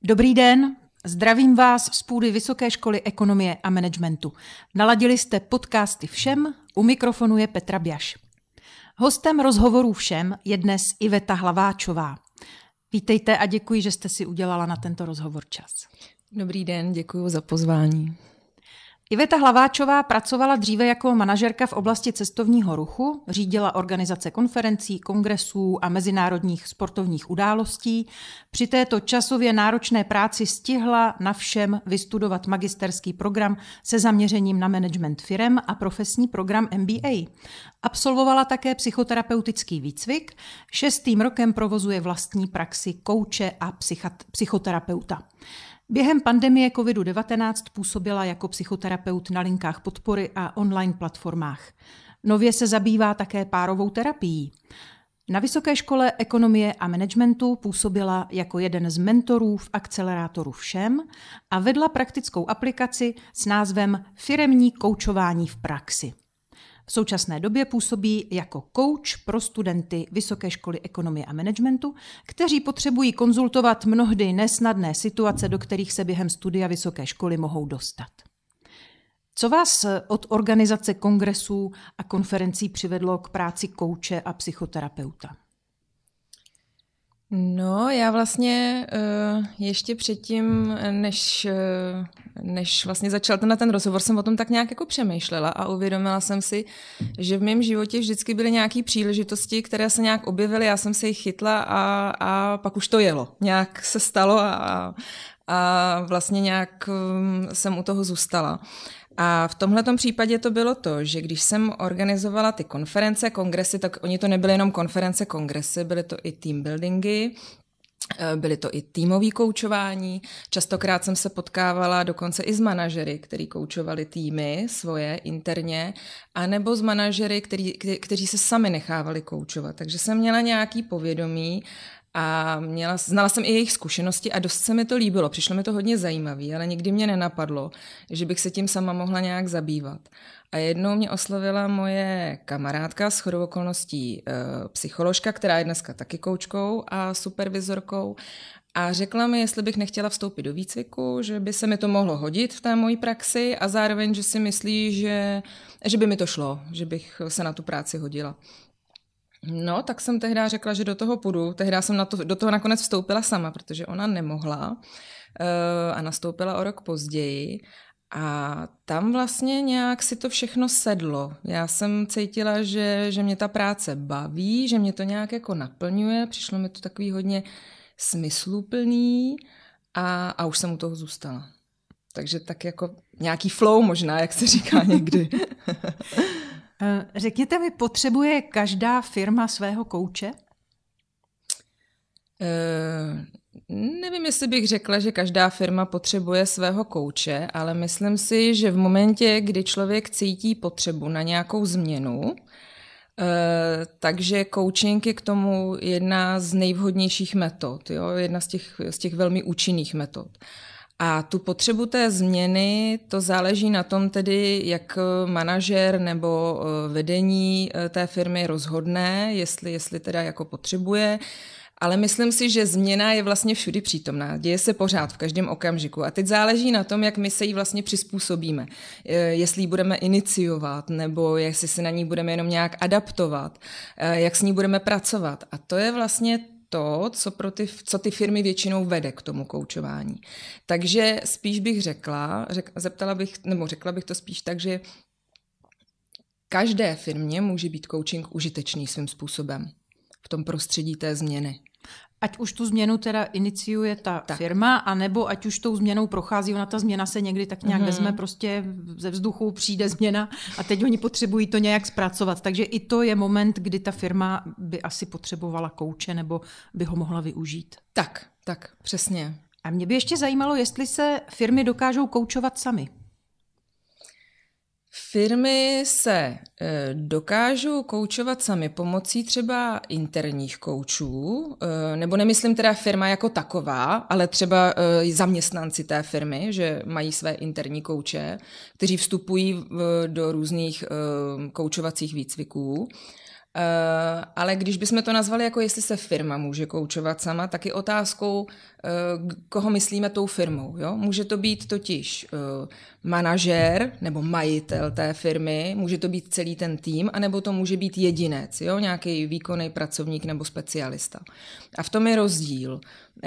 Dobrý den, zdravím vás z půdy Vysoké školy ekonomie a managementu. Naladili jste podcasty Všem, u mikrofonu je Petra Bjaš. Hostem rozhovorů Všem je dnes Iveta Hlaváčová. Vítejte a děkuji, že jste si udělala na tento rozhovor čas. Dobrý den, děkuji za pozvání. Iveta Hlaváčová pracovala dříve jako manažerka v oblasti cestovního ruchu, řídila organizace konferencí, kongresů a mezinárodních sportovních událostí. Při této časově náročné práci stihla na Všem vystudovat magisterský program se zaměřením na management firem a profesní program MBA. Absolvovala také psychoterapeutický výcvik, 6. rokem provozuje vlastní praxi kouče a psychoterapeuta. Během pandemie COVID-19 působila jako psychoterapeut na linkách podpory a online platformách. Nově se zabývá také párovou terapií. Na Vysoké škole ekonomie a managementu působila jako jeden z mentorů v akcelerátoru Všem a vedla praktickou aplikaci s názvem Firemní koučování v praxi. V současné době působí jako coach pro studenty Vysoké školy ekonomie a managementu, kteří potřebují konzultovat mnohdy nesnadné situace, do kterých se během studia vysoké školy mohou dostat. Co vás od organizace kongresů a konferencí přivedlo k práci kouče a psychoterapeuta? No, já vlastně ještě předtím, než vlastně začal ten rozhovor, jsem o tom tak nějak jako přemýšlela a uvědomila jsem si, že v mém životě vždycky byly nějaké příležitosti, které se nějak objevily, já jsem se jich chytla a pak už to jelo. Nějak se stalo a vlastně nějak jsem u toho zůstala. A v tomhletom případě to bylo to, že když jsem organizovala ty konference, kongresy, tak oni to nebyly jenom konference, kongresy, byly to i team buildingy, byly to i týmový koučování. Častokrát jsem se potkávala dokonce i s manažery, kteří koučovali týmy svoje interně, anebo s manažery, kteří se sami nechávali koučovat. Takže jsem měla nějaký povědomí a znala jsem i jejich zkušenosti a dost se mi to líbilo. Přišlo mi to hodně zajímavé, ale nikdy mě nenapadlo, že bych se tím sama mohla nějak zabývat. A jednou mě oslovila moje kamarádka, shodou okolností psycholožka, která je dneska taky koučkou a supervizorkou, a řekla mi, jestli bych nechtěla vstoupit do výcviku, že by se mi to mohlo hodit v té mojí praxi a zároveň, že si myslí, že by mi to šlo, že bych se na tu práci hodila. No, tak jsem tehdy řekla, že do toho půjdu. Tehdy jsem do toho nakonec vstoupila sama, protože ona nemohla a nastoupila o rok později. A tam vlastně nějak si to všechno sedlo. Já jsem cítila, že mě ta práce baví, že mě to nějak jako naplňuje. Přišlo mi to takový hodně smysluplný a už jsem u toho zůstala. Takže tak jako nějaký flow možná, jak se říká někdy. Řekněte mi, potřebuje každá firma svého kouče? Nevím, jestli bych řekla, že každá firma potřebuje svého kouče, ale myslím si, že v momentě, kdy člověk cítí potřebu na nějakou změnu, takže coaching je k tomu jedna z nejvhodnějších metod, jo? Jedna z těch velmi účinných metod. A tu potřebu té změny, to záleží na tom tedy, jak manažer nebo vedení té firmy rozhodne, jestli teda jako potřebuje. Ale myslím si, že změna je vlastně všudy přítomná. Děje se pořád v každém okamžiku. A teď záleží na tom, jak my se jí vlastně přizpůsobíme. Jestli ji budeme iniciovat, nebo jestli se na ní budeme jenom nějak adaptovat, jak s ní budeme pracovat. A to je vlastně to, co ty firmy většinou vede k tomu koučování. Takže spíš bych řekla bych to spíš tak, že každé firmě může být coaching užitečný svým způsobem v tom prostředí té změny. Ať už tu změnu teda iniciuje ta firma, anebo ať už tou změnou prochází, ona ta změna se někdy tak nějak vezme prostě ze vzduchu, přijde změna a teď oni potřebují to nějak zpracovat. Takže i to je moment, kdy ta firma by asi potřebovala kouče nebo by ho mohla využít. Tak, přesně. A mě by ještě zajímalo, jestli se firmy dokážou koučovat sami. Firmy se dokážou koučovat sami pomocí třeba interních koučů, nebo nemyslím teda firma jako taková, ale třeba zaměstnanci té firmy, že mají své interní kouče, kteří vstupují do různých koučovacích výcviků. Ale když bychom to nazvali jako jestli se firma může koučovat sama, tak je otázkou, koho myslíme tou firmou. Jo? Může to být totiž manažér nebo majitel té firmy, může to být celý ten tým, anebo to může být jedinec, jo? Nějaký výkonný pracovník nebo specialista. A v tom je rozdíl.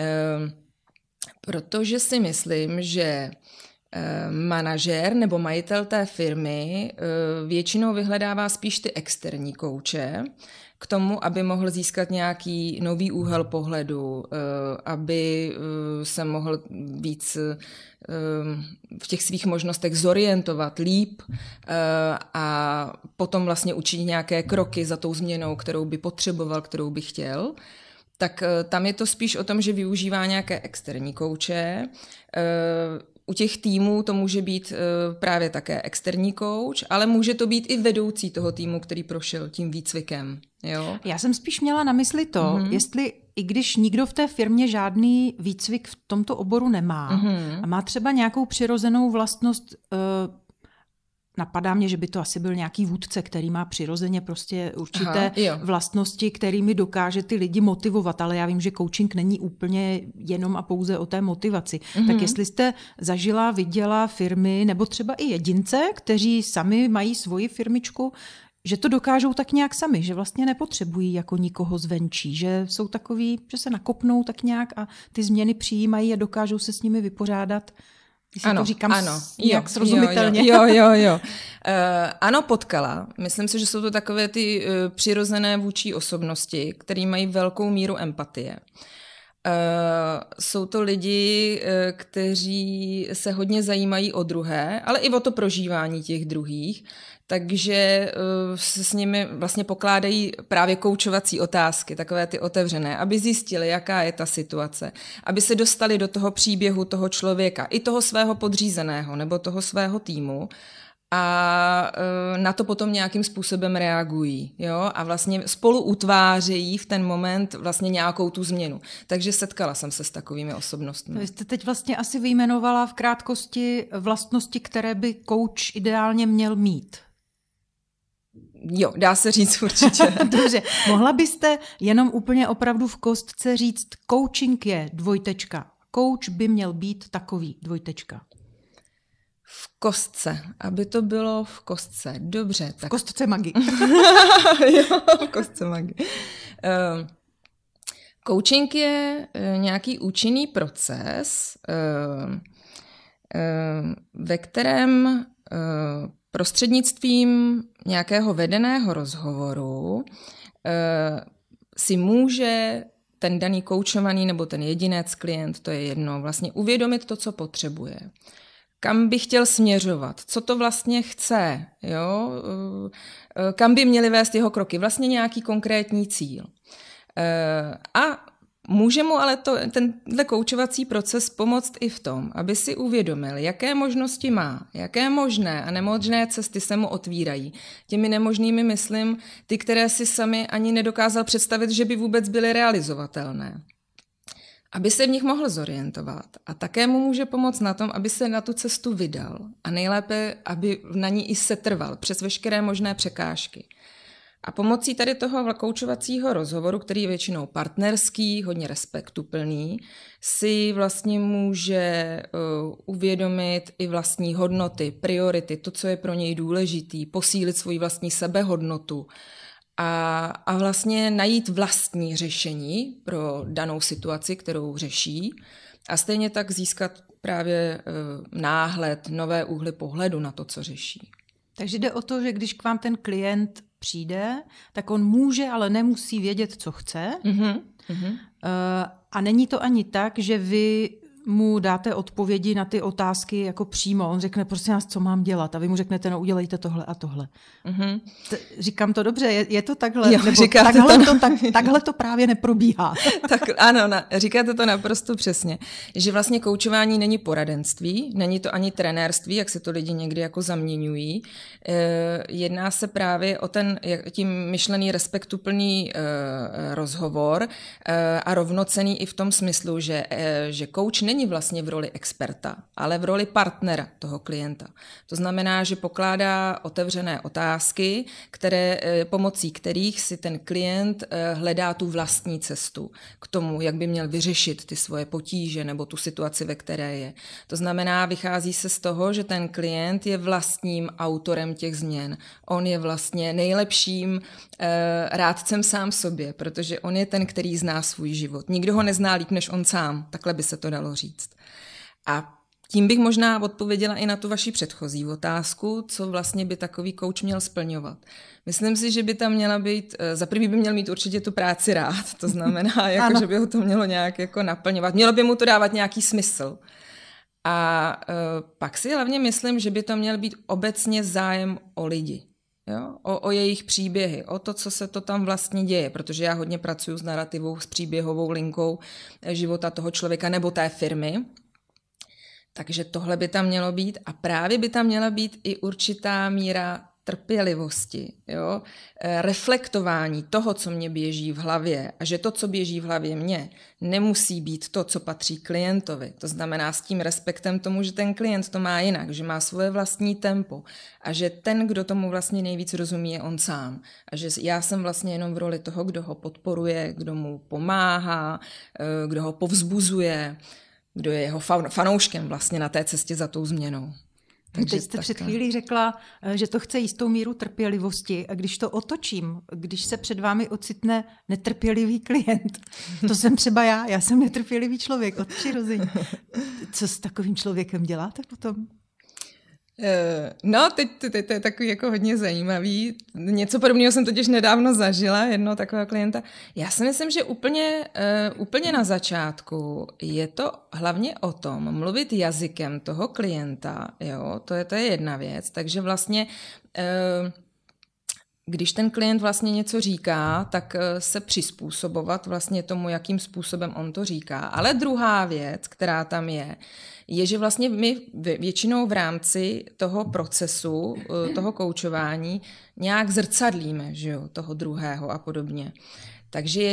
Protože si myslím, že manažér nebo majitel té firmy většinou vyhledává spíš ty externí kouče k tomu, aby mohl získat nějaký nový úhel pohledu, aby se mohl víc v těch svých možnostech zorientovat líp a potom vlastně učinit nějaké kroky za tou změnou, kterou by potřeboval, kterou by chtěl. Tak tam je to spíš o tom, že využívá nějaké externí kouče. U těch týmů to může být právě také externí kouč, ale může to být i vedoucí toho týmu, který prošel tím výcvikem. Jo? Já jsem spíš měla na mysli to, jestli i když nikdo v té firmě žádný výcvik v tomto oboru nemá a má třeba nějakou přirozenou vlastnost, napadá mě, že by to asi byl nějaký vůdce, který má přirozeně prostě určité vlastnosti, kterými dokáže ty lidi motivovat, ale já vím, že coaching není úplně jenom a pouze o té motivaci. Tak jestli jste zažila, viděla firmy nebo třeba i jedince, kteří sami mají svoji firmičku, že to dokážou tak nějak sami, že vlastně nepotřebují jako nikoho zvenčí, že jsou takový, že se nakopnou tak nějak a ty změny přijímají a dokážou se s nimi vypořádat. Ano, to říkám nějak srozumitelně. Jo. Ano, potkala. Myslím si, že jsou to takové ty přirozené vůdčí osobnosti, které mají velkou míru empatie. Jsou to lidi, kteří se hodně zajímají o druhé, ale i o to prožívání těch druhých, takže se s nimi vlastně pokládají právě koučovací otázky, takové ty otevřené, aby zjistili, jaká je ta situace, aby se dostali do toho příběhu toho člověka, i toho svého podřízeného nebo toho svého týmu a na to potom nějakým způsobem reagují, jo? A vlastně spolu utvářejí v ten moment vlastně nějakou tu změnu. Takže setkala jsem se s takovými osobnostmi. Vy jste teď vlastně asi vyjmenovala v krátkosti vlastnosti, které by coach ideálně měl mít. Jo, dá se říct určitě. Dobře, mohla byste jenom úplně opravdu v kostce říct, coaching je : coach by měl být takový : V kostce, aby to bylo v kostce. Dobře. Tak. V kostce Magi. Jo, v kostce Magi. Coaching je nějaký účinný proces, ve kterém prostřednictvím nějakého vedeného rozhovoru si může ten daný koučovaný nebo ten jedinec, klient, to je jedno, vlastně uvědomit to, co potřebuje. Kam by chtěl směřovat, co to vlastně chce, jo? Kam by měly vést jeho kroky, vlastně nějaký konkrétní cíl. A může mu ale tenhle koučovací proces pomoct i v tom, aby si uvědomil, jaké možnosti má, jaké možné a nemožné cesty se mu otvírají. Těmi nemožnými myslím ty, které si sami ani nedokázal představit, že by vůbec byly realizovatelné. Aby se v nich mohl zorientovat a také mu může pomoct na tom, aby se na tu cestu vydal a nejlépe, aby na ní i setrval přes veškeré možné překážky. A pomocí tady toho koučovacího rozhovoru, který je většinou partnerský, hodně respektuplný, si vlastně může uvědomit i vlastní hodnoty, priority, to, co je pro něj důležitý, posílit svoji vlastní sebehodnotu a vlastně najít vlastní řešení pro danou situaci, kterou řeší a stejně tak získat právě náhled, nové úhly pohledu na to, co řeší. Takže jde o to, že když k vám ten klient přijde, tak on může, ale nemusí vědět, co chce. A není to ani tak, že vy mu dáte odpovědi na ty otázky jako přímo. On řekne, prosím vás, co mám dělat? A vy mu řeknete, no udělejte tohle a tohle. Říkám to dobře, je to takhle? Jo, nebo takhle to právě neprobíhá. Tak ano, říkáte to naprosto přesně. Že vlastně koučování není poradenství, není to ani trenérství, jak se to lidi někdy jako zaměňují. Jedná se právě o tím myšlený respektuplný rozhovor a rovnocenný i v tom smyslu, že coach není vlastně v roli experta, ale v roli partnera toho klienta. To znamená, že pokládá otevřené otázky, pomocí kterých si ten klient hledá tu vlastní cestu k tomu, jak by měl vyřešit ty svoje potíže nebo tu situaci, ve které je. To znamená, vychází se z toho, že ten klient je vlastním autorem těch změn. On je vlastně nejlepším rádcem sám sobě, protože on je ten, který zná svůj život. Nikdo ho nezná líp než on sám, takhle by se to dalo říct. A tím bych možná odpověděla i na tu vaši předchozí otázku, co vlastně by takový kouč měl splňovat. Myslím si, že by tam měla být, za prvý by měl mít určitě tu práci rád, to znamená, jako, že by ho to mělo nějak jako naplňovat. Mělo by mu to dávat nějaký smysl. A pak si hlavně myslím, že by to měl být obecně zájem o lidi. Jo? O jejich příběhy, o to, co se to tam vlastně děje, protože já hodně pracuji s narrativou, s příběhovou linkou života toho člověka nebo té firmy. Takže tohle by tam mělo být a právě by tam měla být i určitá míra trpělivosti, jo? Reflektování toho, co mě běží v hlavě a že to, co běží v hlavě mně, nemusí být to, co patří klientovi. To znamená s tím respektem tomu, že ten klient to má jinak, že má svoje vlastní tempo a že ten, kdo tomu vlastně nejvíc rozumí, je on sám. A že já jsem vlastně jenom v roli toho, kdo ho podporuje, kdo mu pomáhá, kdo ho povzbuzuje, kdo je jeho fanouškem vlastně na té cestě za tou změnou. Takže teď jste před chvílí řekla, že to chce jistou míru trpělivosti a když to otočím, když se před vámi ocitne netrpělivý klient, to jsem třeba já jsem netrpělivý člověk od přirození. Co s takovým člověkem děláte potom? No, teď to je takový jako hodně zajímavý. Něco podobného jsem totiž nedávno zažila, jednoho takového klienta. Já si myslím, že úplně na začátku je to hlavně o tom mluvit jazykem toho klienta, jo, to je jedna věc, takže vlastně když ten klient vlastně něco říká, tak se přizpůsobovat vlastně tomu, jakým způsobem on to říká. Ale druhá věc, která tam je, že vlastně my většinou v rámci toho procesu, toho koučování nějak zrcadlíme, že jo, toho druhého a podobně. Takže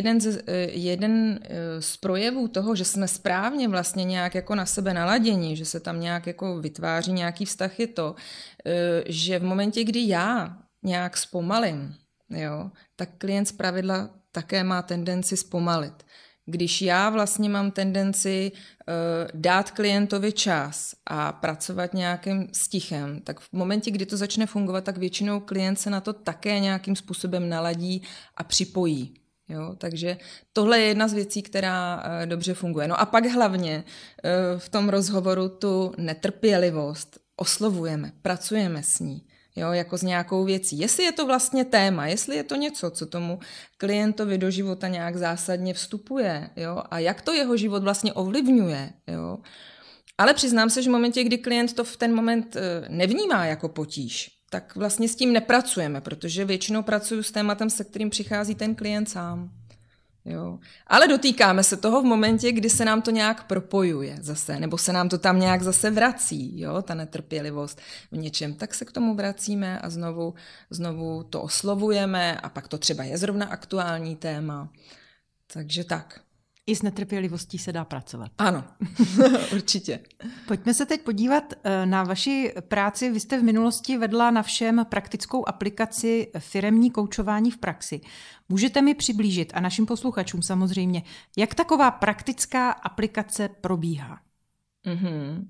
jeden z projevů toho, že jsme správně vlastně nějak jako na sebe naladěni, že se tam nějak jako vytváří nějaký vztah, je to, že v momentě, kdy já nějak zpomalím, jo, tak klient zpravidla také má tendenci zpomalit. Když já vlastně mám tendenci dát klientovi čas a pracovat nějakým stichem, tak v momentě, kdy to začne fungovat, tak většinou klient se na to také nějakým způsobem naladí a připojí. Jo? Takže tohle je jedna z věcí, která dobře funguje. No a pak hlavně v tom rozhovoru tu netrpělivost oslovujeme, pracujeme s ní. Jo, jako s nějakou věcí. Jestli je to vlastně téma, jestli je to něco, co tomu klientovi do života nějak zásadně vstupuje, jo, a jak to jeho život vlastně ovlivňuje, jo. Ale přiznám se, že v momentě, kdy klient to v ten moment nevnímá jako potíž, tak vlastně s tím nepracujeme, protože většinou pracuju s tématem, se kterým přichází ten klient sám. Jo. Ale dotýkáme se toho v momentě, kdy se nám to nějak propojuje zase, nebo se nám to tam nějak zase vrací, jo, ta netrpělivost v něčem, tak se k tomu vracíme a znovu to oslovujeme a pak to třeba je zrovna aktuální téma. Takže tak. I s netrpělivostí se dá pracovat. Ano, určitě. Pojďme se teď podívat na vaši práci. Vy jste v minulosti vedla na všem praktickou aplikaci firemní koučování v praxi. Můžete mi přiblížit a našim posluchačům samozřejmě, jak taková praktická aplikace probíhá? Mm-hmm.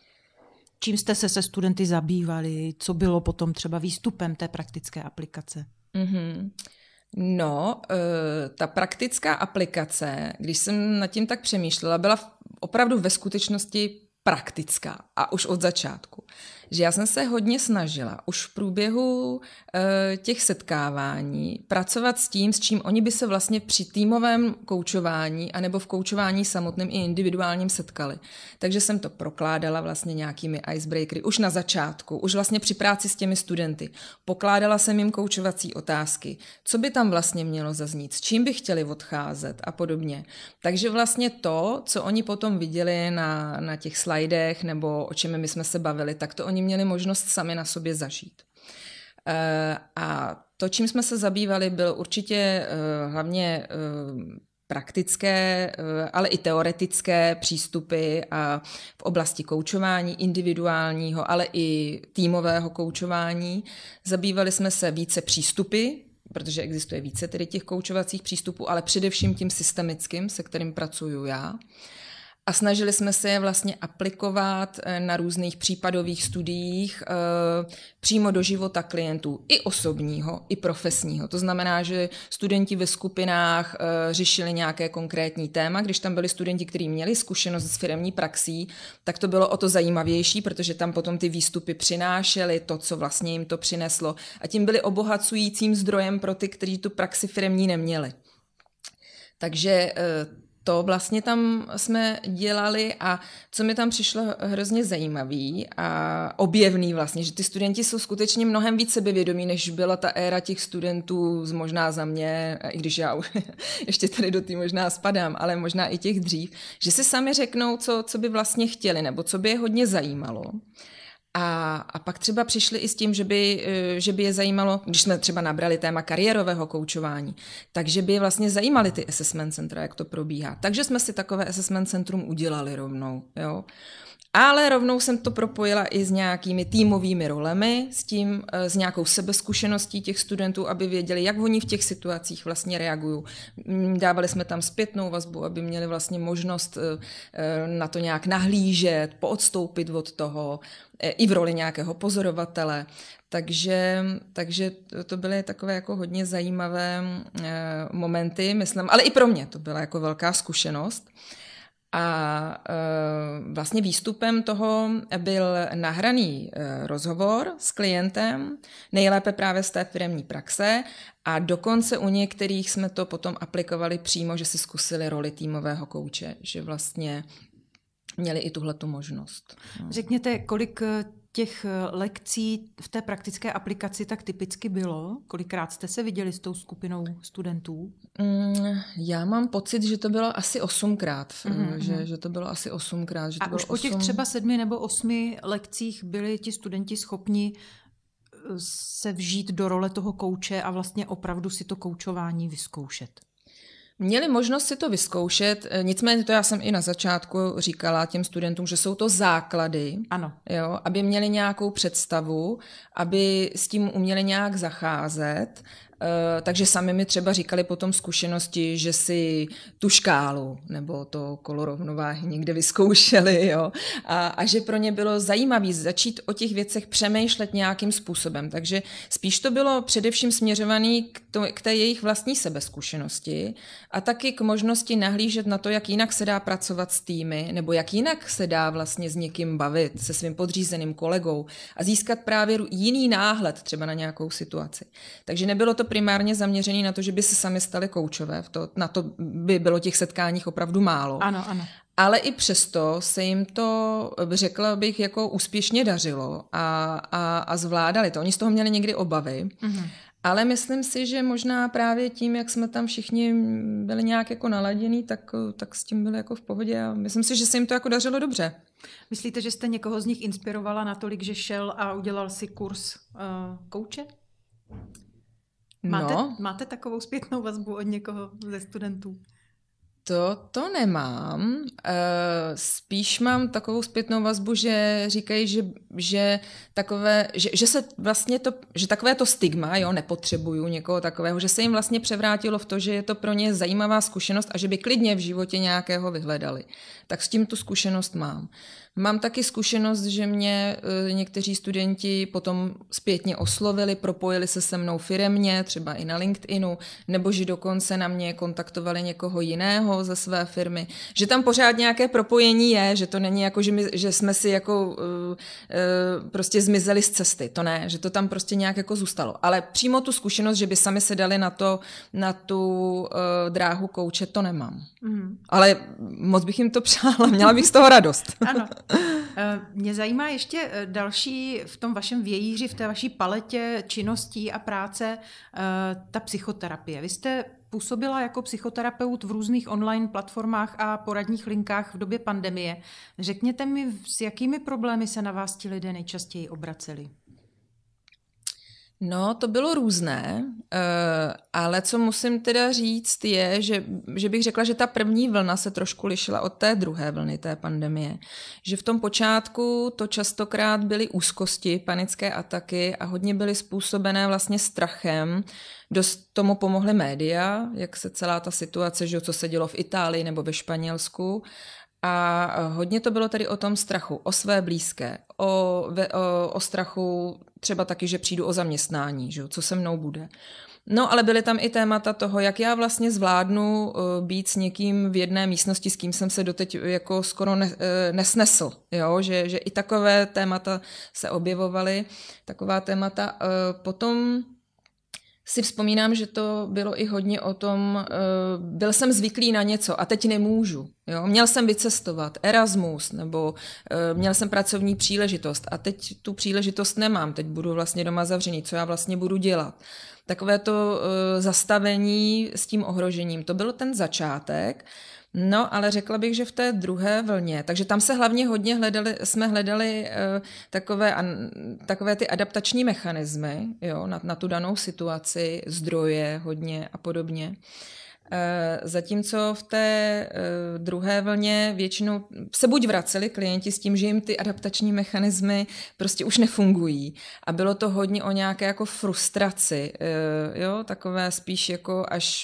Čím jste se studenty zabývali? Co bylo potom třeba výstupem té praktické aplikace? Mm-hmm. No, ta praktická aplikace, když jsem nad tím tak přemýšlela, byla opravdu ve skutečnosti praktická a už od začátku. Že já jsem se hodně snažila už v průběhu těch setkávání pracovat s tím, s čím oni by se vlastně při týmovém koučování anebo v koučování samotném i individuálním setkali. Takže jsem to prokládala vlastně nějakými icebreakery už na začátku, už vlastně při práci s těmi studenty. Pokládala jsem jim koučovací otázky, co by tam vlastně mělo zaznít, s čím by chtěli odcházet a podobně. Takže vlastně to, co oni potom viděli na těch slajdech nebo o čem my jsme se bavili, tak to oni měli možnost sami na sobě zažít. A to, čím jsme se zabývali, byl určitě hlavně praktické, ale i teoretické přístupy a v oblasti koučování individuálního, ale i týmového koučování. Zabývali jsme se více přístupy, protože existuje více tedy těch koučovacích přístupů, ale především tím systemickým, se kterým pracuju já. A snažili jsme se je vlastně aplikovat na různých případových studiích přímo do života klientů, i osobního, i profesního. To znamená, že studenti ve skupinách řešili nějaké konkrétní téma. Když tam byli studenti, kteří měli zkušenost s firemní praxí, tak to bylo o to zajímavější, protože tam potom ty výstupy přinášely to, co vlastně jim to přineslo. A tím byli obohacujícím zdrojem pro ty, kteří tu praxi firemní neměli. Takže to vlastně tam jsme dělali a co mi tam přišlo hrozně zajímavý a objevný vlastně, že ty studenti jsou skutečně mnohem víc sebevědomí, než byla ta éra těch studentů možná za mě, i když já už ještě tady do té možná spadám, ale možná i těch dřív, že si sami řeknou, co by vlastně chtěli nebo co by je hodně zajímalo. A pak třeba přišli i s tím, že by je zajímalo, když jsme třeba nabrali téma kariérového koučování, takže by je vlastně zajímaly ty assessment centra, jak to probíhá. Takže jsme si takové assessment centrum udělali rovnou. Jo? Ale rovnou jsem to propojila i s nějakými týmovými rolemi, s nějakou sebezkušeností těch studentů, aby věděli, jak oni v těch situacích vlastně reagují. Dávali jsme tam zpětnou vazbu, aby měli vlastně možnost na to nějak nahlížet, poodstoupit od toho, i v roli nějakého pozorovatele. Takže to byly takové jako hodně zajímavé momenty, myslím, ale i pro mě to byla jako velká zkušenost. A vlastně výstupem toho byl nahraný rozhovor s klientem, nejlépe právě z té firemní praxe a dokonce u některých jsme to potom aplikovali přímo, že si zkusili roli týmového kouče, že vlastně měli i tuhletu možnost. Řekněte, kolik těch lekcí v té praktické aplikaci tak typicky bylo? Kolikrát jste se viděli s tou skupinou studentů? Já mám pocit, že to bylo asi 8krát. Že to bylo asi 8krát. Že to a bylo už po těch třeba 7 nebo 8 lekcích byli ti studenti schopni se vžít do role toho kouče a vlastně opravdu si to koučování vyzkoušet? Měli možnost si to vyzkoušet, nicméně to já jsem i na začátku říkala těm studentům, že jsou to základy, ano. Jo, aby měli nějakou představu, aby s tím uměli nějak zacházet. Takže sami mi třeba říkali potom zkušenosti, že si tu škálu nebo to kolo rovnováhy někde vyzkoušeli, jo? A že pro ně bylo zajímavé začít o těch věcech přemýšlet nějakým způsobem. Takže spíš to bylo především směřované k té jejich vlastní sebezkušenosti a taky k možnosti nahlížet na to, jak jinak se dá pracovat s týmy nebo jak jinak se dá vlastně s někým bavit, se svým podřízeným kolegou a získat právě jiný náhled třeba na nějakou situaci. Takže nebylo to primárně zaměřený na to, že by se sami stali koučové. Na to by bylo těch setkáních opravdu málo. Ano. Ale i přesto se jim to, řekla bych, jako úspěšně dařilo a zvládali to. Oni z toho měli někdy obavy. Ale myslím si, že možná právě tím, jak jsme tam všichni byli nějak jako naladění, tak s tím byli jako v pohodě a myslím si, že se jim to jako dařilo dobře. Myslíte, že jste někoho z nich inspirovala natolik, že šel a udělal si kurz kouče? Máte takovou zpětnou vazbu od někoho ze studentů? To nemám. Spíš mám takovou zpětnou vazbu, že říkají, že se vlastně že takové to stigma, jo, nepotřebuju někoho takového, že se jim vlastně převrátilo v to, že je to pro ně zajímavá zkušenost a že by klidně v životě nějakého vyhledali. Tak s tím tu zkušenost mám. Mám taky zkušenost, že mě někteří studenti potom zpětně oslovili, propojili se se mnou firemně, třeba i na LinkedInu, nebo že dokonce na mě kontaktovali někoho jiného ze své firmy. Že tam pořád nějaké propojení je, že to není jako, že jsme si jako prostě zmizeli z cesty. To ne, že to tam prostě nějak jako zůstalo. Ale přímo tu zkušenost, že by sami se dali na tu dráhu kouče, to nemám. Ale moc bych jim to přála, měla bych z toho radost. Ano. Mě zajímá ještě další v tom vašem vějíři, v té vaší paletě činností a práce, ta psychoterapie. Vy jste působila jako psychoterapeut v různých online platformách a poradních linkách v době pandemie. Řekněte mi, s jakými problémy se na vás ti lidé nejčastěji obraceli? No, to bylo různé, ale co musím teda říct je, že bych řekla, že ta první vlna se trošku lišila od té druhé vlny té pandemie. Že v tom počátku to častokrát byly úzkosti, panické ataky a hodně byly způsobené vlastně strachem. Dost tomu pomohly média, jak se celá ta situace, že co se dělo v Itálii nebo ve Španělsku. A hodně to bylo tady o tom strachu, o své blízké, o strachu třeba taky, že přijdu o zaměstnání, že, co se mnou bude. No, ale byly tam i témata toho, jak já vlastně zvládnu být s někým v jedné místnosti, s kým jsem se doteď jako skoro nesnesl. Jo? Že i takové témata se objevovaly, taková témata. Potom si vzpomínám, že to bylo i hodně o tom, byl jsem zvyklý na něco a teď nemůžu. Jo? Měl jsem vycestovat, Erasmus, nebo měl jsem pracovní příležitost a teď tu příležitost nemám, teď budu vlastně doma zavřený, co já vlastně budu dělat. Takové to zastavení s tím ohrožením, to byl ten začátek. No, ale řekla bych, že v té druhé vlně, takže tam se hlavně hodně jsme hledali takové ty adaptační mechanismy, jo, na tu danou situaci, zdroje hodně a podobně. Zatímco v té druhé vlně většinou se buď vraceli klienti s tím, že jim ty adaptační mechanismy prostě už nefungují a bylo to hodně o nějaké jako frustraci, jo, takové spíš jako až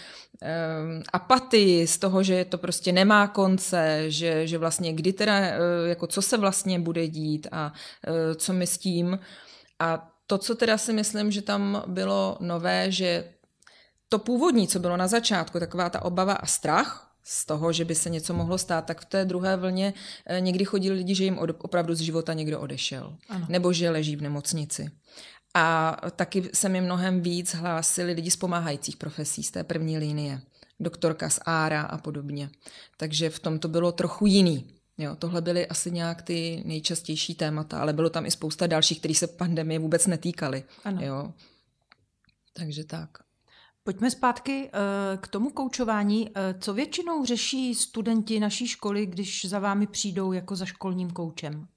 apatii z toho, že to prostě nemá konce, že vlastně kdy teda, jako co se vlastně bude dít a co my s tím. A to, co teda si myslím, že tam bylo nové, že to původní, co bylo na začátku, taková ta obava a strach z toho, že by se něco mohlo stát, tak v té druhé vlně někdy chodili lidi, že jim opravdu z života někdo odešel. Ano. Nebo že leží v nemocnici. A taky se mi mnohem víc hlásili lidi z pomáhajících profesí, z té první linie. Doktorka z Ára a podobně. Takže v tom to bylo trochu jiný. Jo, tohle byly asi nějak ty nejčastější témata, ale bylo tam i spousta dalších, které se pandemie vůbec netýkaly. Ano. Jo. Takže tak. Pojďme zpátky k tomu koučování. Co většinou řeší studenti naší školy, když za vámi přijdou jako za školním koučem?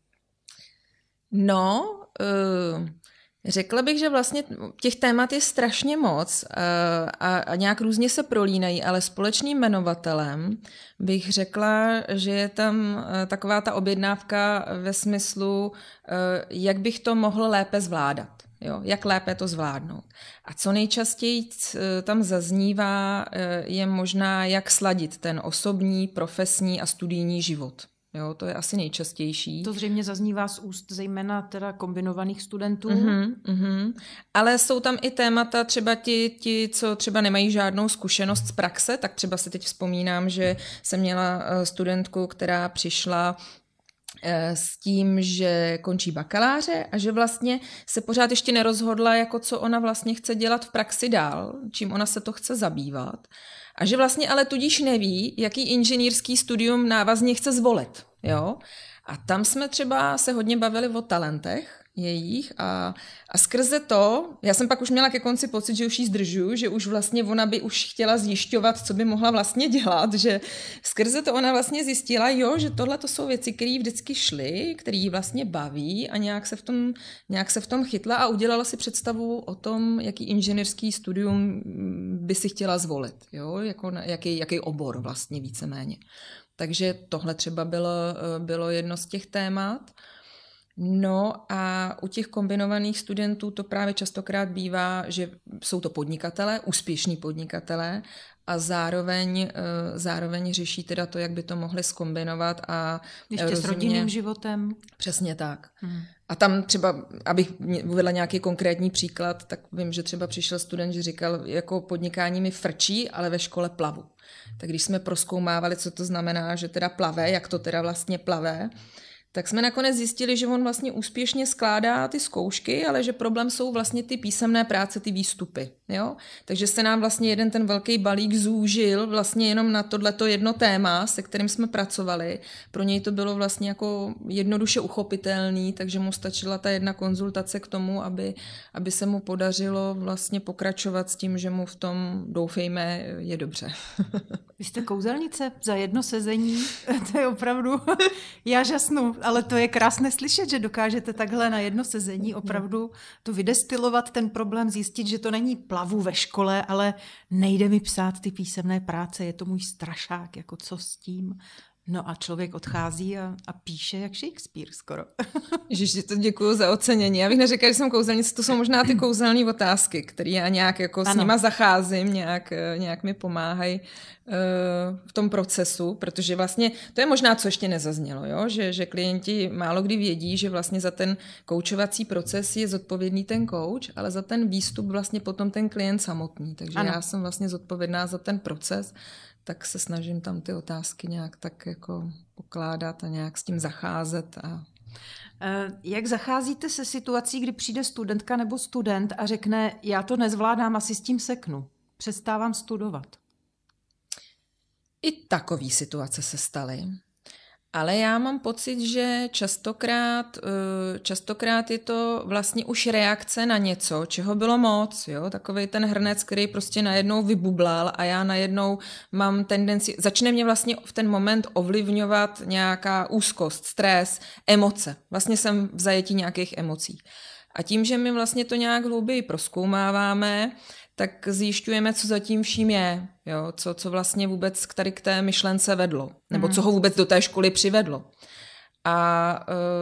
No, řekla bych, že vlastně těch témat je strašně moc a nějak různě se prolínají, ale společným jmenovatelem bych řekla, že je tam taková ta objednávka ve smyslu, jak bych to mohl lépe zvládat. Jo, jak lépe to zvládnout. A co nejčastěji tam zaznívá, je možná, jak sladit ten osobní, profesní a studijní život. Jo, to je asi nejčastější. To zřejmě zaznívá z úst zejména teda kombinovaných studentů. Ale jsou tam i témata, třeba ti, co třeba nemají žádnou zkušenost z praxe, tak třeba si teď vzpomínám, že jsem měla studentku, která přišla s tím, že končí bakaláře a že vlastně se pořád ještě nerozhodla, jako co ona vlastně chce dělat v praxi dál, čím ona se to chce zabývat. A že vlastně ale tudíž neví, jaký inženýrský studium návazně chce zvolit. Jo? A tam jsme třeba se hodně bavili o talentech jejich a skrze to, já jsem pak už měla ke konci pocit, že už jí zdržuju, že už vlastně ona by už chtěla zjišťovat, co by mohla vlastně dělat, že skrze to ona vlastně zjistila, jo, že tohle to jsou věci, které jí vždycky šly, které jí vlastně baví a nějak se v tom chytla a udělala si představu o tom, jaký inženýrský studium by si chtěla zvolit, jo, jako jaký obor vlastně víceméně. Takže tohle třeba bylo jedno z těch témat. No a u těch kombinovaných studentů to právě častokrát bývá, že jsou to podnikatelé, úspěšní podnikatelé a zároveň řeší teda to, jak by to mohli zkombinovat a ještě s rodinným životem. Přesně tak. A tam třeba, abych uvedla nějaký konkrétní příklad, tak vím, že třeba přišel student, že říkal, jako podnikání mi frčí, ale ve škole plavu. Tak když jsme prozkoumávali, co to znamená, že teda plave, jak to teda vlastně plave, tak jsme nakonec zjistili, že on vlastně úspěšně skládá ty zkoušky, ale že problém jsou vlastně ty písemné práce, ty výstupy. Jo? Takže se nám vlastně jeden ten velký balík zúžil vlastně jenom na tohleto jedno téma, se kterým jsme pracovali. Pro něj to bylo vlastně jako jednoduše uchopitelný, takže mu stačila ta jedna konzultace k tomu, aby se mu podařilo vlastně pokračovat s tím, že mu v tom, doufejme, je dobře. Vy jste kouzelnice za jedno sezení, to je opravdu, já žasnu. ale to je krásné slyšet, že dokážete takhle na jedno sezení opravdu to vydestilovat, ten problém, zjistit, že to není plavu ve škole, ale nejde mi psát ty písemné práce, je to můj strašák, jako co s tím. No a člověk odchází a píše jak Shakespeare skoro. Ježiš, to děkuju za ocenění. Já bych neřekla, že jsem kouzelnice, to jsou možná ty kouzelné otázky, které já nějak jako s nima zacházím, nějak mi pomáhají v tom procesu, protože vlastně to je možná, co ještě nezaznělo, jo? Že klienti málo kdy vědí, že vlastně za ten koučovací proces je zodpovědný ten kouč, ale za ten výstup vlastně potom ten klient samotný. Takže já jsem vlastně zodpovědná za ten proces, tak se snažím tam ty otázky nějak tak jako pokládat a nějak s tím zacházet. Jak zacházíte se situací, kdy přijde studentka nebo student a řekne, já to nezvládám, asi s tím seknu, přestávám studovat? I takové situace se staly. Ale já mám pocit, že častokrát je to vlastně už reakce na něco, čeho bylo moc. Jo? Takovej ten hrnec, který prostě najednou vybublal a já najednou mám tendenci, začne mě vlastně v ten moment ovlivňovat nějaká úzkost, stres, emoce. Vlastně jsem v zajetí nějakých emocí. A tím, že my vlastně to nějak hlouběji prozkoumáváme, tak zjišťujeme, co zatím vším je, jo? Co vlastně vůbec tady k té myšlence vedlo, nebo co ho vůbec do té školy přivedlo. A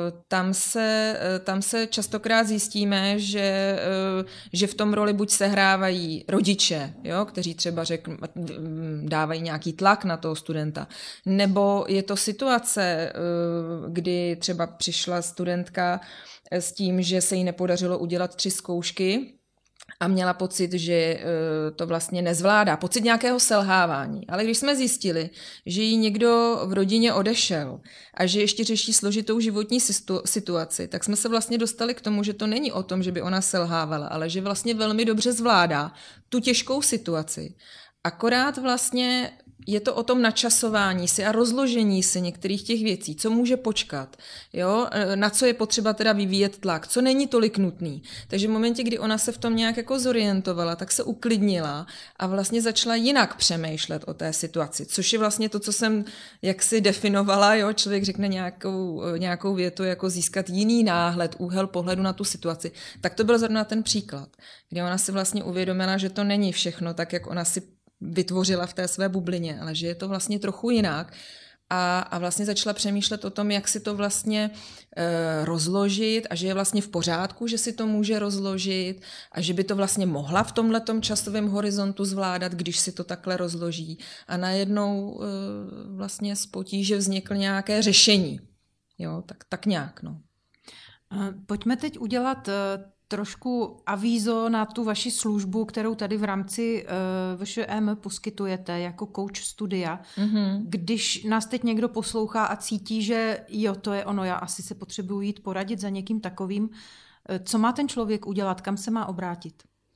tam se častokrát zjistíme, že v tom roli buď sehrávají rodiče, jo, kteří třeba dávají nějaký tlak na toho studenta, nebo je to situace, kdy třeba přišla studentka s tím, že se jí nepodařilo udělat 3 zkoušky, a měla pocit, že to vlastně nezvládá. Pocit nějakého selhávání. Ale když jsme zjistili, že jí někdo v rodině odešel a že ještě řeší složitou životní situaci, tak jsme se vlastně dostali k tomu, že to není o tom, že by ona selhávala, ale že vlastně velmi dobře zvládá tu těžkou situaci. Akorát vlastně je to o tom načasování si a rozložení si některých těch věcí, co může počkat, jo? Na co je potřeba teda vyvíjet tlak, co není tolik nutný. Takže v momentě, kdy ona se v tom nějak jako zorientovala, tak se uklidnila a vlastně začala jinak přemýšlet o té situaci, což je vlastně to, co jsem jaksi definovala, jo? Člověk řekne nějakou větu, jako získat jiný náhled, úhel pohledu na tu situaci. Tak to byl zrovna ten příklad, kdy ona si vlastně uvědomila, že to není všechno tak, jak ona si vytvořila v té své bublině, ale že je to vlastně trochu jinak a vlastně začala přemýšlet o tom, jak si to vlastně rozložit a že je vlastně v pořádku, že si to může rozložit a že by to vlastně mohla v tomhletom časovém horizontu zvládat, když si to takhle rozloží. A najednou vlastně z potíže vzniklo nějaké řešení. Jo, tak nějak, no. Pojďme teď udělat trošku avízo na tu vaši službu, kterou tady v rámci VŠM poskytujete jako coach studia. Mm-hmm. Když nás teď někdo poslouchá a cítí, že jo, to je ono, já asi se potřebuji jít poradit za někým takovým, co má ten člověk udělat, kam se má obrátit?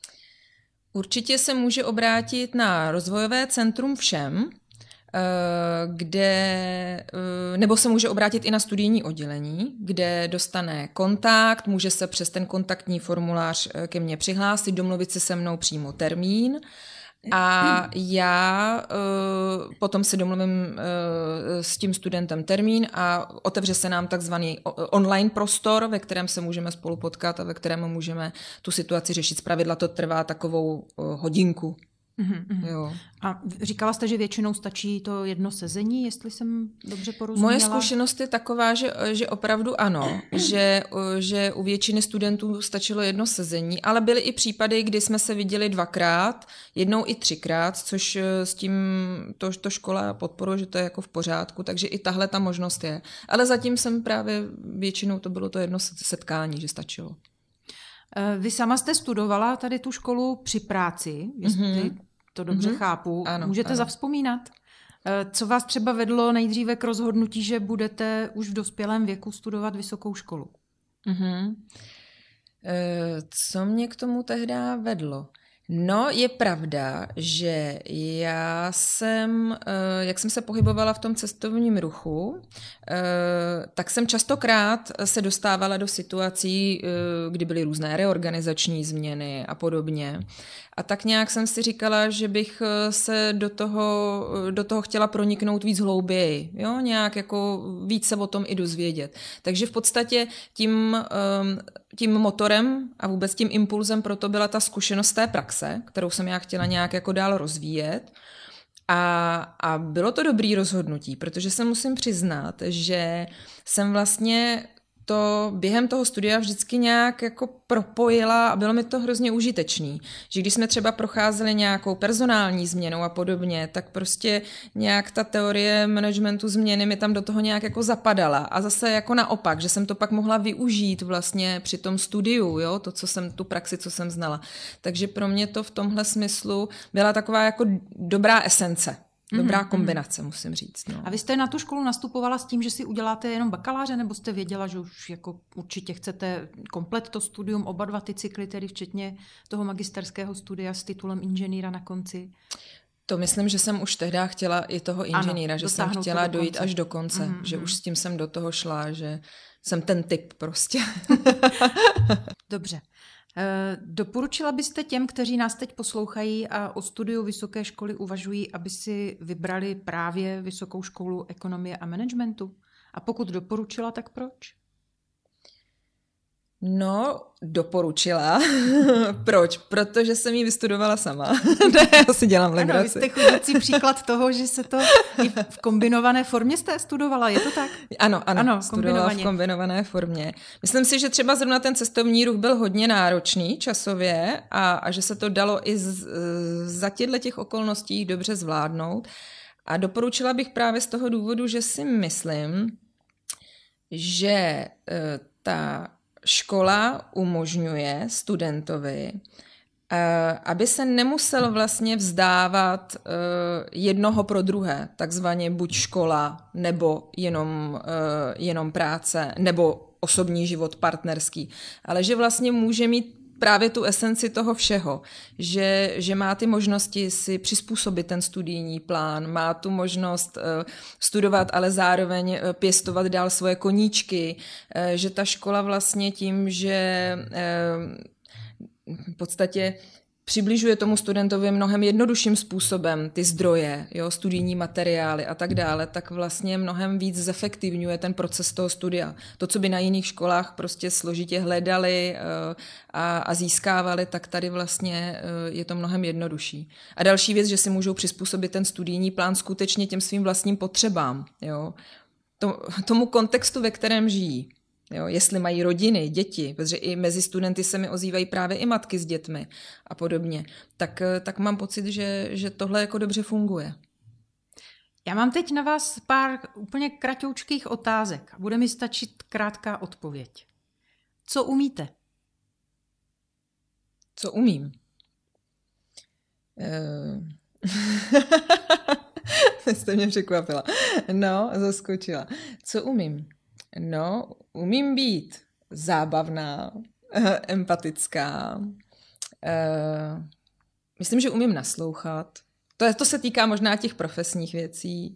Určitě se může obrátit na rozvojové centrum VŠEM, nebo se může obrátit i na studijní oddělení, kde dostane kontakt, může se přes ten kontaktní formulář ke mně přihlásit, domluvit si se mnou přímo termín a já potom si domluvím s tím studentem termín a otevře se nám takzvaný online prostor, ve kterém se můžeme spolu potkat a ve kterém můžeme tu situaci řešit. Zpravidla to trvá takovou hodinku. Jo. A říkala jste, že většinou stačí to jedno sezení, jestli jsem dobře porozuměla? Moje zkušenost je taková, že opravdu ano, že u většiny studentů stačilo jedno sezení, ale byly i případy, kdy jsme se viděli 2krát, jednou i 3krát, což s tím to škola podporuje, že to je jako v pořádku, takže i tahle ta možnost je. Ale zatím jsem právě většinou to bylo to jedno setkání, že stačilo. Vy sama jste studovala tady tu školu při práci, jestli to dobře chápu. Ano, můžete zavzpomínat? Co vás třeba vedlo nejdříve k rozhodnutí, že budete už v dospělém věku studovat vysokou školu? Co mě k tomu tehdy vedlo? No, je pravda, že já jsem, jak jsem se pohybovala v tom cestovním ruchu, tak jsem častokrát se dostávala do situací, kdy byly různé reorganizační změny a podobně. A tak nějak jsem si říkala, že bych se do toho chtěla proniknout víc hlouběji, jo? Nějak jako víc se o tom i dozvědět. Takže v podstatě tím motorem a vůbec tím impulzem pro to byla ta zkušenost té praxe, kterou jsem já chtěla nějak jako dál rozvíjet. A bylo to dobrý rozhodnutí, protože se musím přiznat, že jsem vlastně to během toho studia vždycky nějak jako propojila a bylo mi to hrozně užitečný. Že když jsme třeba procházeli nějakou personální změnou a podobně, tak prostě nějak ta teorie managementu změny mi tam do toho nějak jako zapadala. A zase jako naopak, že jsem to pak mohla využít vlastně při tom studiu, jo, tu praxi, co jsem znala. Takže pro mě to v tomhle smyslu byla taková jako dobrá esence. Dobrá kombinace, musím říct. No. A vy jste na tu školu nastupovala s tím, že si uděláte jenom bakaláře, nebo jste věděla, že už jako určitě chcete komplet to studium, oba dva ty cykly, tedy včetně toho magisterského studia s titulem inženýra na konci? To myslím, že jsem už tehdy chtěla i toho inženýra, že jsem chtěla dojít až do konce, že už s tím jsem do toho šla, že jsem ten typ prostě. Dobře. Doporučila byste těm, kteří nás teď poslouchají a o studiu vysoké školy uvažují, aby si vybrali právě Vysokou školu ekonomie a managementu? A pokud doporučila, tak proč? No, doporučila. Proč? Protože jsem ji vystudovala sama. Ne, já si dělám legraci. Ano, vy jste chodící příklad toho, že se to i v kombinované formě jste studovala, je to tak? Ano, studovala v kombinované formě. Myslím si, že třeba zrovna ten cestovní ruch byl hodně náročný časově a že se to dalo i za těch okolností dobře zvládnout. A doporučila bych právě z toho důvodu, že si myslím, že ta škola umožňuje studentovi, aby se nemusel vlastně vzdávat jednoho pro druhé, takzvaně buď škola, nebo jenom práce, nebo osobní život partnerský, ale že vlastně může mít právě tu esenci toho všeho, že má ty možnosti si přizpůsobit ten studijní plán, má tu možnost studovat, ale zároveň pěstovat dál svoje koníčky, že ta škola vlastně tím, že v podstatě přibližuje tomu studentovi mnohem jednodušším způsobem ty zdroje, jo, studijní materiály a tak dále, tak vlastně mnohem víc zefektivňuje ten proces toho studia. To, co by na jiných školách prostě složitě hledali a získávali, tak tady vlastně je to mnohem jednodušší. A další věc, že si můžou přizpůsobit ten studijní plán skutečně těm svým vlastním potřebám, jo, tomu kontextu, ve kterém žijí. Jo, jestli mají rodiny, děti, protože i mezi studenty se mi ozývají právě i matky s dětmi a podobně, tak mám pocit, že tohle jako dobře funguje. Já mám teď na vás pár úplně kratoučkých otázek. Bude mi stačit krátká odpověď. Co umíte? Co umím? Jste mě překvapila. No, zaskočila. Co umím? No, umím být zábavná, empatická. Myslím, že umím naslouchat. To se týká možná těch profesních věcí.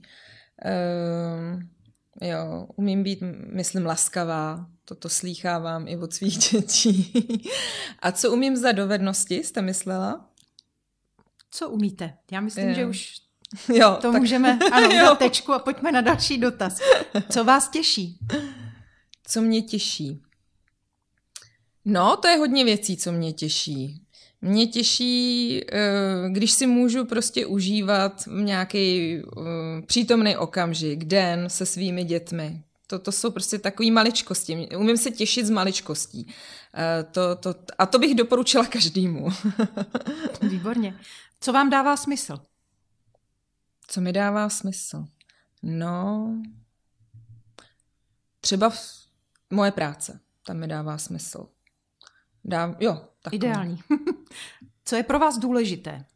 Jo, umím být, myslím, laskavá. Toto slýchávám i od svých dětí. A co umím za dovednosti, jste myslela? Co umíte? Já myslím, že už jo, to tak... můžeme dát tečku a pojďme na další dotaz. Co vás těší? Co mě těší? No, to je hodně věcí, co mě těší. Mě těší, když si můžu prostě užívat nějaký přítomný okamžik, den se svými dětmi. To jsou prostě takové maličkosti. Umím se těšit z maličkostí. A to bych doporučila každému. Výborně. Co vám dává smysl? Co mi dává smysl? No, třeba moje práce. Tam mi dává smysl. Ideální. Co je pro vás důležité?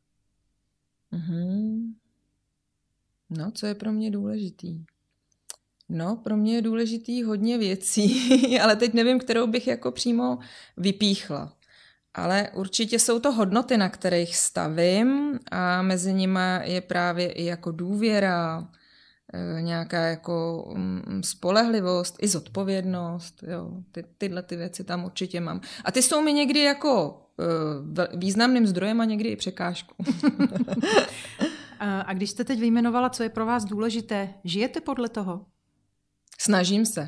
No, co je pro mě důležitý? No, pro mě je důležitý hodně věcí, ale teď nevím, kterou bych jako přímo vypíchla. Ale určitě jsou to hodnoty, na kterých stavím a mezi nimi je právě i jako důvěra, nějaká jako spolehlivost, i zodpovědnost. Jo. Tyhle ty věci tam určitě mám. A ty jsou mi někdy jako významným zdrojem a někdy i překážkou. A když jste teď vyjmenovala, co je pro vás důležité, žijete podle toho? Snažím se.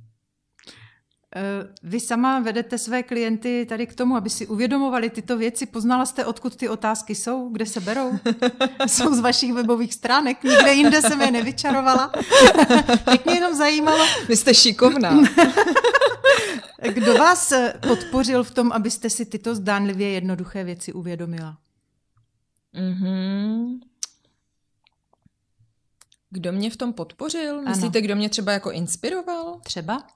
Vy sama vedete své klienty tady k tomu, aby si uvědomovali tyto věci. Poznala jste, odkud ty otázky jsou, kde se berou? Jsou z vašich webových stránek, nikde jinde jsem je nevyčarovala. Teď mě jenom zajímalo. Vy jste šikovná. Kdo vás podpořil v tom, abyste si tyto zdánlivě jednoduché věci uvědomila? Kdo mě v tom podpořil? Myslíte, kdo mě třeba jako inspiroval? Třeba?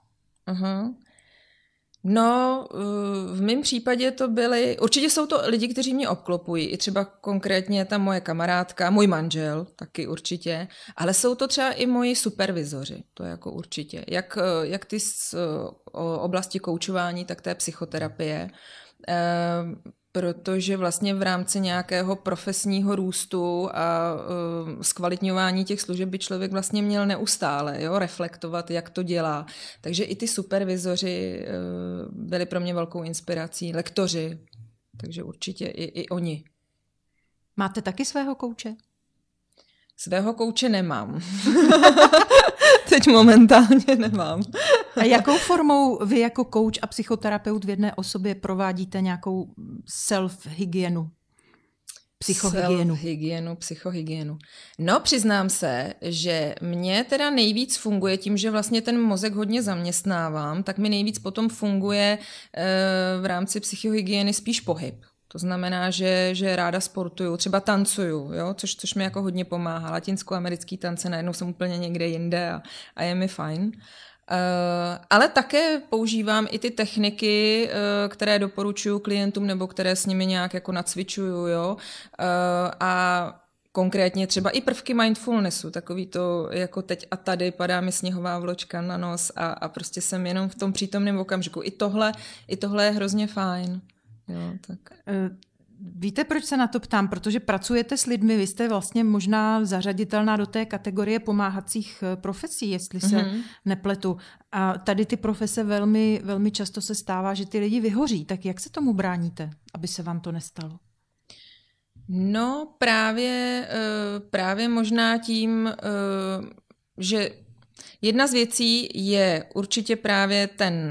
No, v mém případě to byly, určitě jsou to lidi, kteří mě obklopují, i třeba konkrétně ta moje kamarádka, můj manžel, taky určitě, ale jsou to třeba i moji supervizoři, to jako určitě, jak ty z oblasti koučování, tak té psychoterapie, protože vlastně v rámci nějakého profesního růstu a zkvalitňování těch služeb by člověk vlastně měl neustále reflektovat, jak to dělá. Takže i ty supervizoři byli pro mě velkou inspirací, lektoři, takže určitě i oni. Máte taky svého kouče? Svého kouče nemám. Teď momentálně nemám. A jakou formou vy jako kouč a psychoterapeut v jedné osobě provádíte nějakou self-hygienu? Psychohygienu. No, přiznám se, že mně teda nejvíc funguje tím, že vlastně ten mozek hodně zaměstnávám, tak mi nejvíc potom funguje v rámci psychohygieny spíš pohyb. To znamená, že ráda sportuju, třeba tancuju, jo? Což mi jako hodně pomáhá. Latinskoamerický tance, najednou jsem úplně někde jinde a je mi fajn. Ale také používám i ty techniky, které doporučuju klientům nebo které s nimi nějak jako nacvičuju. Jo? A konkrétně třeba i prvky mindfulnessu, takový to jako teď a tady padá mi sněhová vločka na nos a prostě jsem jenom v tom přítomném okamžiku. I tohle je hrozně fajn. Jo, tak. Víte, proč se na to ptám? Protože pracujete s lidmi, vy jste vlastně možná zařaditelná do té kategorie pomáhacích profesí, jestli se nepletu. A tady ty profese velmi, velmi často se stává, že ty lidi vyhoří. Tak jak se tomu bráníte, aby se vám to nestalo? No právě možná tím, že jedna z věcí je určitě právě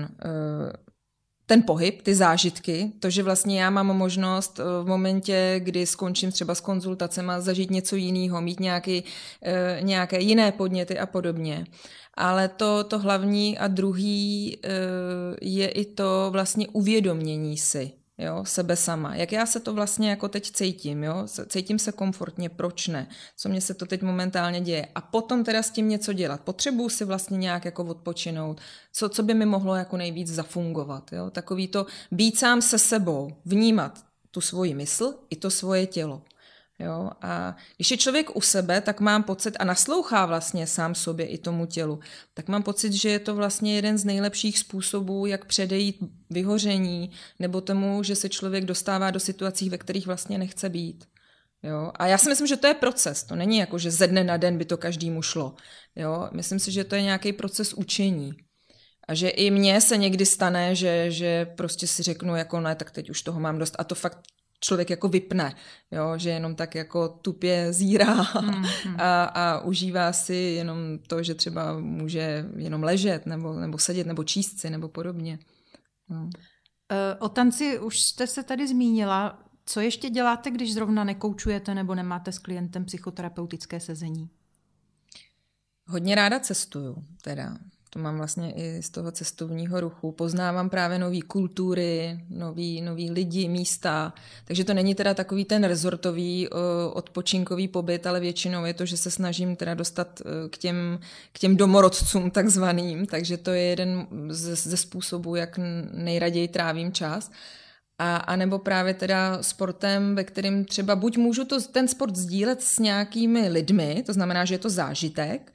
ten pohyb, ty zážitky, to, že vlastně já mám možnost v momentě, kdy skončím třeba s konzultacema, zažít něco jiného, mít nějaké jiné podněty a podobně. Ale to hlavní a druhý je i to vlastně uvědomění si, jo, sebe sama. Jak já se to vlastně jako teď cítím, jo? Cítím se komfortně, proč ne? Co mě se to teď momentálně děje? A potom teda s tím něco dělat. Potřebuju si vlastně nějak jako odpočinout. Co by mi mohlo jako nejvíc zafungovat? Jo? Takový to být sám se sebou, vnímat tu svoji mysl i to svoje tělo. Jo? A když je člověk u sebe, tak mám pocit a naslouchá vlastně sám sobě i tomu tělu, tak mám pocit, že je to vlastně jeden z nejlepších způsobů, jak předejít vyhoření nebo tomu, že se člověk dostává do situací, ve kterých vlastně nechce být. Jo? A já si myslím, že to je proces. To není jako, že ze dne na den by to každému šlo. Jo? Myslím si, že to je nějaký proces učení. A že i mně se někdy stane, že prostě si řeknu, jako ne, tak teď už toho mám dost. A to fakt člověk jako vypne, jo? Že jenom tak jako tupě zírá a užívá si jenom to, že třeba může jenom ležet nebo sedět nebo číst si nebo podobně. No. O tanci už jste se tady zmínila. Co ještě děláte, když zrovna nekoučujete nebo nemáte s klientem psychoterapeutické sezení? Hodně ráda cestuju teda. To mám vlastně i z toho cestovního ruchu. Poznávám právě nový kultury, nový lidi, místa. Takže to není teda takový ten rezortový odpočinkový pobyt, ale většinou je to, že se snažím teda dostat k těm domorodcům takzvaným. Takže to je jeden ze způsobů, jak nejraději trávím čas. A nebo právě teda sportem, ve kterém třeba buď můžu ten sport sdílet s nějakými lidmi, to znamená, že je to zážitek,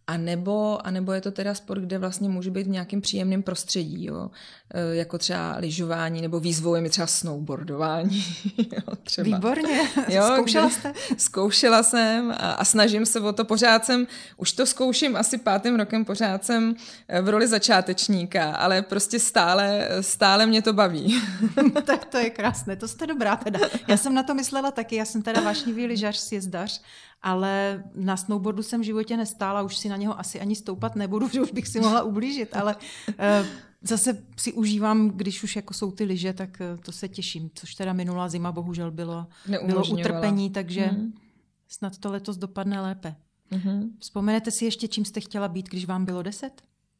A nebo je to teda sport, kde vlastně může být v nějakým příjemném prostředí, jo? Jako třeba lyžování, nebo výzvou je mi třeba snowboardování. Jo, třeba. Výborně. Jo, zkoušela jste? Zkoušela jsem a snažím se o to. Pořád už to zkouším asi 5. rokem, pořád jsem v roli začátečníka, ale prostě stále mě to baví. Tak to je krásné, to jste dobrá teda. Já jsem na to myslela taky, já jsem teda vášnivý lyžař, sjezdař, ale na snowboardu jsem v životě nestála, už si na něho asi ani stoupat nebudu, protože už bych si mohla ublížit, ale zase si užívám, když už jako jsou ty lyže, tak to se těším, což teda minulá zima bohužel bylo utrpení, takže snad to letos dopadne lépe. Vzpomenete si ještě, čím jste chtěla být, když vám bylo 10?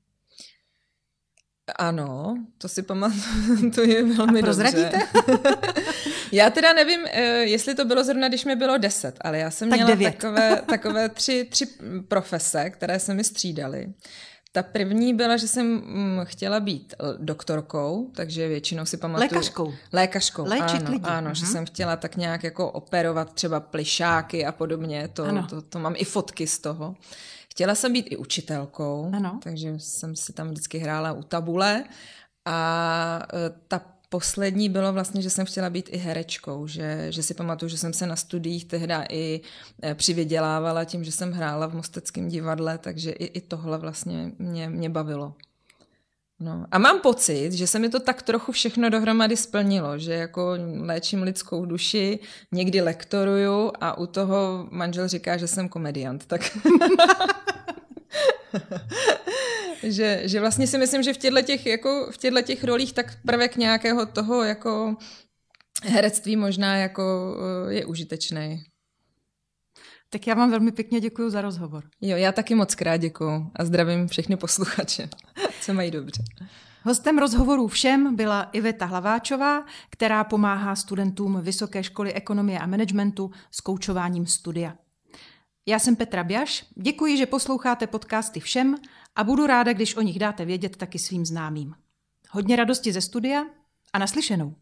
Ano, to si pamatuju, to je velmi a prozradíte? Dobře. Já teda nevím, jestli to bylo zrovna, když mi bylo 10, ale já jsem měla takové tři profese, které se mi střídaly. Ta první byla, že jsem chtěla být doktorkou, takže většinou si pamatuju... Lékařkou. Léčit lidi. Ano, že jsem chtěla tak nějak jako operovat třeba plišáky a podobně, to mám i fotky z toho. Chtěla jsem být i učitelkou, takže jsem si tam vždycky hrála u tabule a ta poslední bylo vlastně, že jsem chtěla být i herečkou, že si pamatuju, že jsem se na studiích tehda i přivydělávala tím, že jsem hrála v Mosteckém divadle, takže i tohle vlastně mě bavilo. No. A mám pocit, že se mi to tak trochu všechno dohromady splnilo, že jako léčím lidskou duši, někdy lektoruju a u toho manžel říká, že jsem komediant, tak... že vlastně si myslím, že v těchto rolích tak prvek nějakého toho jako herectví možná jako je užitečný. Tak já vám velmi pěkně děkuju za rozhovor. Jo, já taky moc krát děkuju a zdravím všechny posluchače. Se mají dobře. Hostem rozhovorů všem byla Iveta Hlaváčová, která pomáhá studentům Vysoké školy ekonomie a managementu s koučováním studia. Já jsem Petra Bjaš, děkuji, že posloucháte podcasty všem a budu ráda, když o nich dáte vědět taky svým známým. Hodně radosti ze studia a naslyšenou.